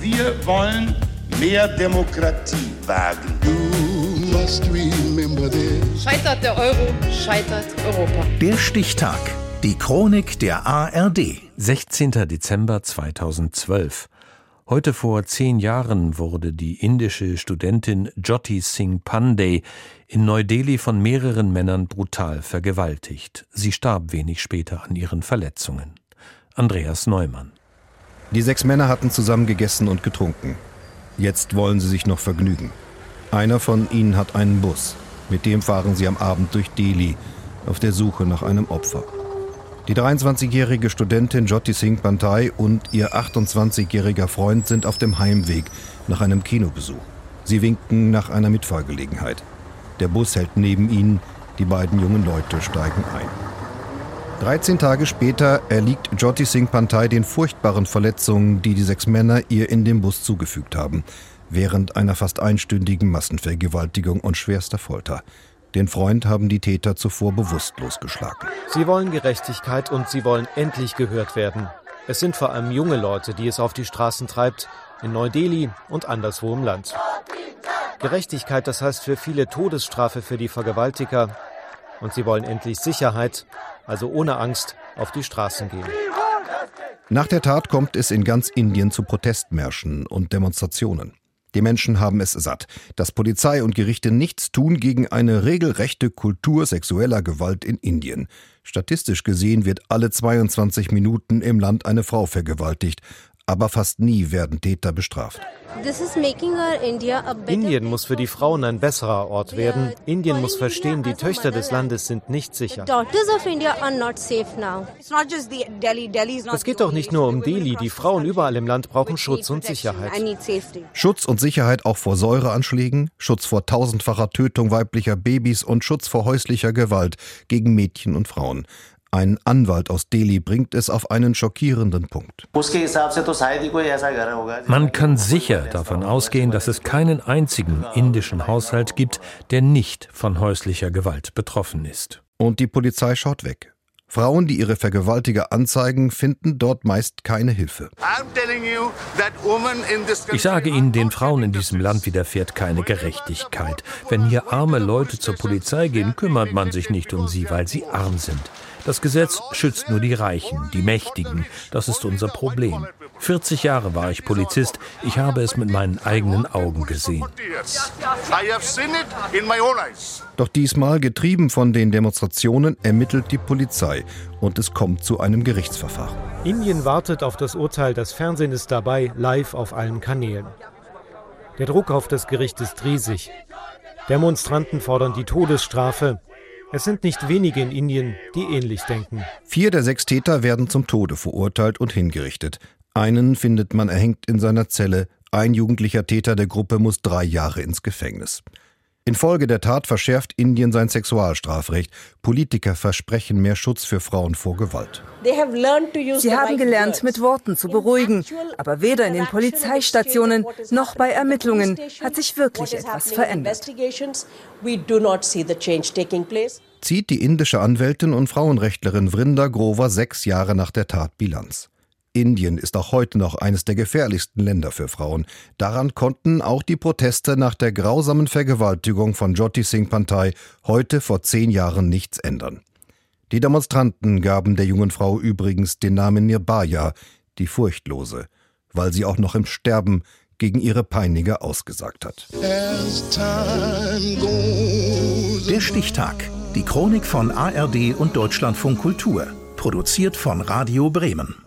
Wir wollen mehr Demokratie wagen. Scheitert der Euro, scheitert Europa. Der Stichtag. Die Chronik der ARD. 16. Dezember 2012. Heute vor 10 Jahren wurde die indische Studentin Jyoti Singh Pandey in Neu-Delhi von mehreren Männern brutal vergewaltigt. Sie starb wenig später an ihren Verletzungen. Andreas Neumann. Die 6 Männer hatten zusammen gegessen und getrunken. Jetzt wollen sie sich noch vergnügen. Einer von ihnen hat einen Bus. Mit dem fahren sie am Abend durch Delhi auf der Suche nach einem Opfer. Die 23-jährige Studentin Jyoti Singh Pandey und ihr 28-jähriger Freund sind auf dem Heimweg nach einem Kinobesuch. Sie winken nach einer Mitfahrgelegenheit. Der Bus hält neben ihnen, die beiden jungen Leute steigen ein. 13 Tage später erliegt Jyoti Singh Pandey den furchtbaren Verletzungen, die die 6 Männer ihr in dem Bus zugefügt haben, während einer fast einstündigen Massenvergewaltigung und schwerster Folter. Den Freund haben die Täter zuvor bewusstlos geschlagen. Sie wollen Gerechtigkeit und sie wollen endlich gehört werden. Es sind vor allem junge Leute, die es auf die Straßen treibt, in Neu-Delhi und anderswo im Land. Gerechtigkeit, das heißt für viele Todesstrafe für die Vergewaltiger. Und sie wollen endlich Sicherheit, also ohne Angst, auf die Straßen gehen. Nach der Tat kommt es in ganz Indien zu Protestmärschen und Demonstrationen. Die Menschen haben es satt, dass Polizei und Gerichte nichts tun gegen eine regelrechte Kultur sexueller Gewalt in Indien. Statistisch gesehen wird alle 22 Minuten im Land eine Frau vergewaltigt, aber fast nie werden Täter bestraft. Indien muss für die Frauen ein besserer Ort werden. Indien muss verstehen, die Töchter des Landes sind nicht sicher. Es geht doch nicht nur um Delhi. Die Frauen überall im Land brauchen Schutz und Sicherheit. Schutz und Sicherheit auch vor Säureanschlägen, Schutz vor tausendfacher Tötung weiblicher Babys und Schutz vor häuslicher Gewalt gegen Mädchen und Frauen. Ein Anwalt aus Delhi bringt es auf einen schockierenden Punkt. Man kann sicher davon ausgehen, dass es keinen einzigen indischen Haushalt gibt, der nicht von häuslicher Gewalt betroffen ist. Und die Polizei schaut weg. Frauen, die ihre Vergewaltiger anzeigen, finden dort meist keine Hilfe. Ich sage Ihnen, den Frauen in diesem Land widerfährt keine Gerechtigkeit. Wenn hier arme Leute zur Polizei gehen, kümmert man sich nicht um sie, weil sie arm sind. Das Gesetz schützt nur die Reichen, die Mächtigen. Das ist unser Problem. 40 Jahre war ich Polizist. Ich habe es mit meinen eigenen Augen gesehen. Doch diesmal, getrieben von den Demonstrationen, ermittelt die Polizei und es kommt zu einem Gerichtsverfahren. Indien wartet auf das Urteil, das Fernsehen ist dabei, live auf allen Kanälen. Der Druck auf das Gericht ist riesig. Demonstranten fordern die Todesstrafe. Es sind nicht wenige in Indien, die ähnlich denken. 4 der 6 Täter werden zum Tode verurteilt und hingerichtet. Einen findet man erhängt in seiner Zelle. Ein jugendlicher Täter der Gruppe muss 3 Jahre ins Gefängnis. Infolge der Tat verschärft Indien sein Sexualstrafrecht. Politiker versprechen mehr Schutz für Frauen vor Gewalt. Sie haben gelernt, mit Worten zu beruhigen. Aber weder in den Polizeistationen noch bei Ermittlungen hat sich wirklich etwas verändert. Zieht die indische Anwältin und Frauenrechtlerin Vrinda Grover 6 Jahre nach der Tat Bilanz. Indien ist auch heute noch eines der gefährlichsten Länder für Frauen. Daran konnten auch die Proteste nach der grausamen Vergewaltigung von Jyoti Singh Pandey heute vor 10 Jahren nichts ändern. Die Demonstranten gaben der jungen Frau übrigens den Namen Nirbhaya, die Furchtlose, weil sie auch noch im Sterben gegen ihre Peiniger ausgesagt hat. Der Stichtag. Die Chronik von ARD und Deutschlandfunk Kultur. Produziert von Radio Bremen.